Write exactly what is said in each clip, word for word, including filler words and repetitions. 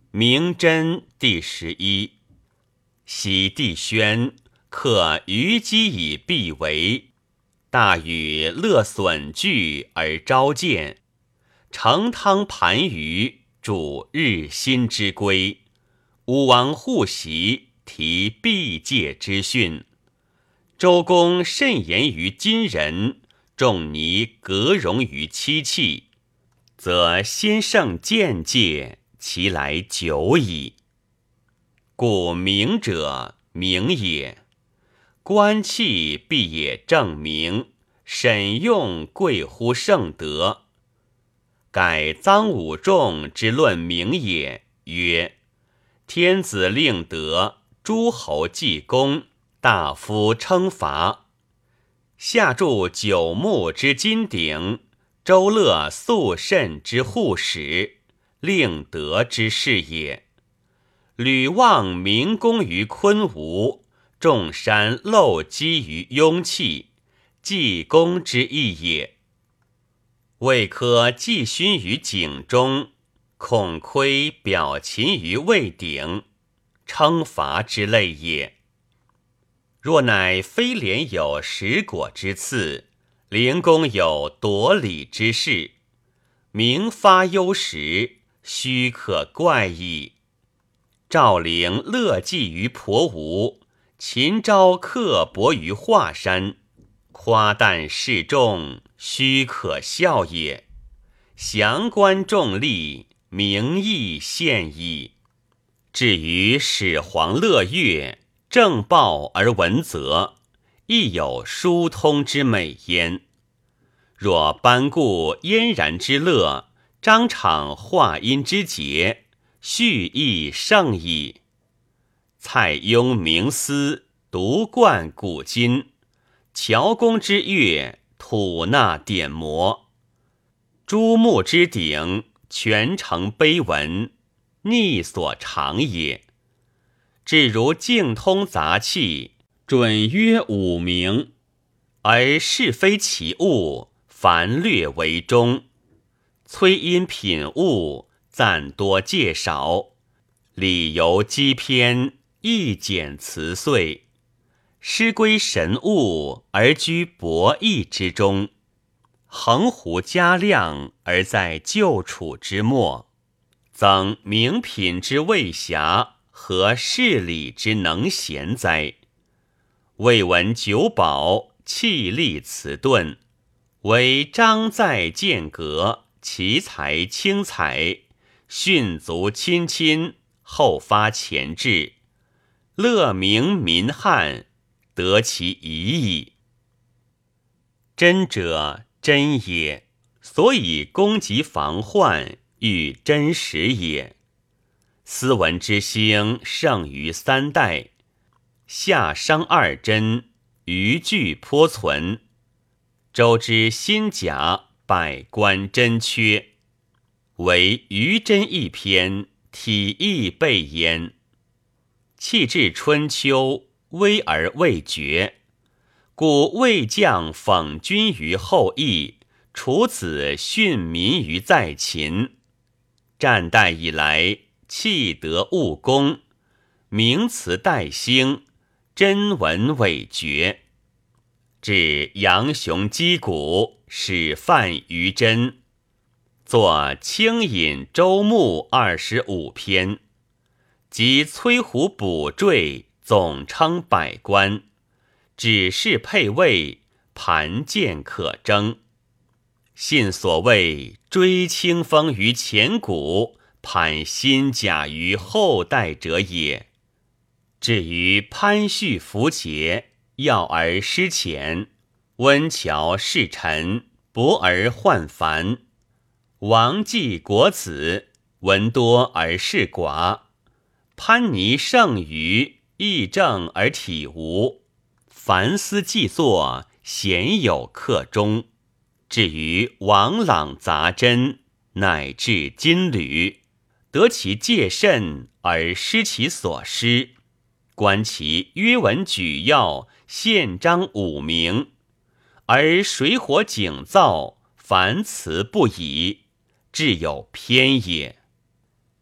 明真第十一。喜帝宣，克虞姬以必为，大禹乐损具而召见，成汤盘盂，主日新之规。武王护袭，提毕戒之训。周公慎言于今人，仲尼格容于戚戚，则先圣见戒，其来久矣。故明者，明也。观气必也正明，审用贵乎圣德。改臧武仲之论明也，曰：天子令德，诸侯记功，大夫称罚。下筑九牧之金鼎，周乐肃慎之护使，令德之事也。吕望明功于昆吾，众山漏积于雍气，记功之意也。魏科寄勋于井中，孔窥表秦于魏鼎，称罚之类也。若乃非廉有食果之赐，灵公有夺礼之事，明发忧时，须可怪矣。赵灵乐祭于婆吴，秦昭刻帛于华山，夸诞示众，须可笑也。降官重利，名义现矣。至于始皇乐乐，正报而文则，亦有疏通之美焉。若班固嫣然之乐，张敞华阴之节，蓄意盛矣。蔡邕冥思，独贯古今，乔公之乐，吐纳典谟。朱穆之鼎，全成碑文，逆所长也。至如径通杂器，准曰五明，而是非其物，凡略为中。崔因品物，赞多戒少，理由机偏，意简辞碎。师归神物，而居博弈之中，横湖加量，而在旧处之末，增名品之未暇，和事理之能贤哉？未闻九保，气力辞顿，唯章在间隔，奇才轻采，训足亲亲，后发前至，乐明民汉，得其宜矣。真者真也，所以攻击防患，欲真实也。斯文之兴胜于三代，夏商二真，余具颇存。周之新甲，百官真缺，唯余真一篇，体意备焉。弃至春秋，危而未决，故魏将讽君于后羿，楚子训民于在秦。战代以来，弃德务功，名词代兴，真文伪绝。至杨雄击鼓，始犯于真，作清饮周牧二十五篇，及崔胡补缀，总称百官，只是配位，盘剑可争。信所谓追清风于前古，攀新甲于后代者也。至于潘旭符节，要而失浅，温峤世臣，博而患繁。王季国子，闻多而事寡。潘尼胜于，义正而体无。凡思既作，鲜有克中。至于王朗杂真，乃至金缕，得其戒慎而失其所失。观其约文举要，宪章五明，而水火景造，凡辞不已，至有偏也。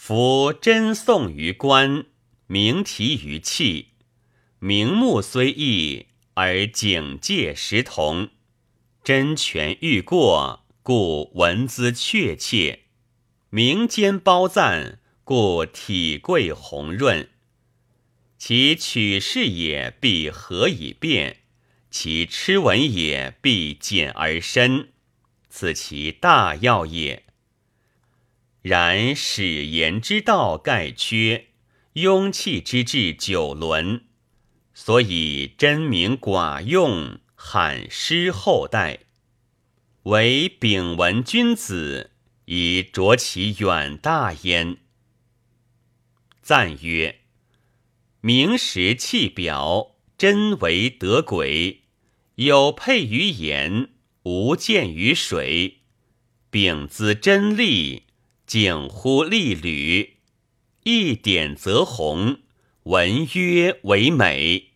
夫真颂于官，明题于器，名目虽异，而警戒实同。真权欲过，故文姿确切；名间褒赞，故体贵红润。其取士也，必合以辩；其痴文也，必简而深。此其大要也。然使言之道盖缺，庸气之志久沦，所以真名寡用，罕失后代。唯丙文君子，以着其远大焉。赞曰：名实气表，真为得轨，有佩于言，无见于水。丙兹真丽，景乎丽履，一点则红，文约为美。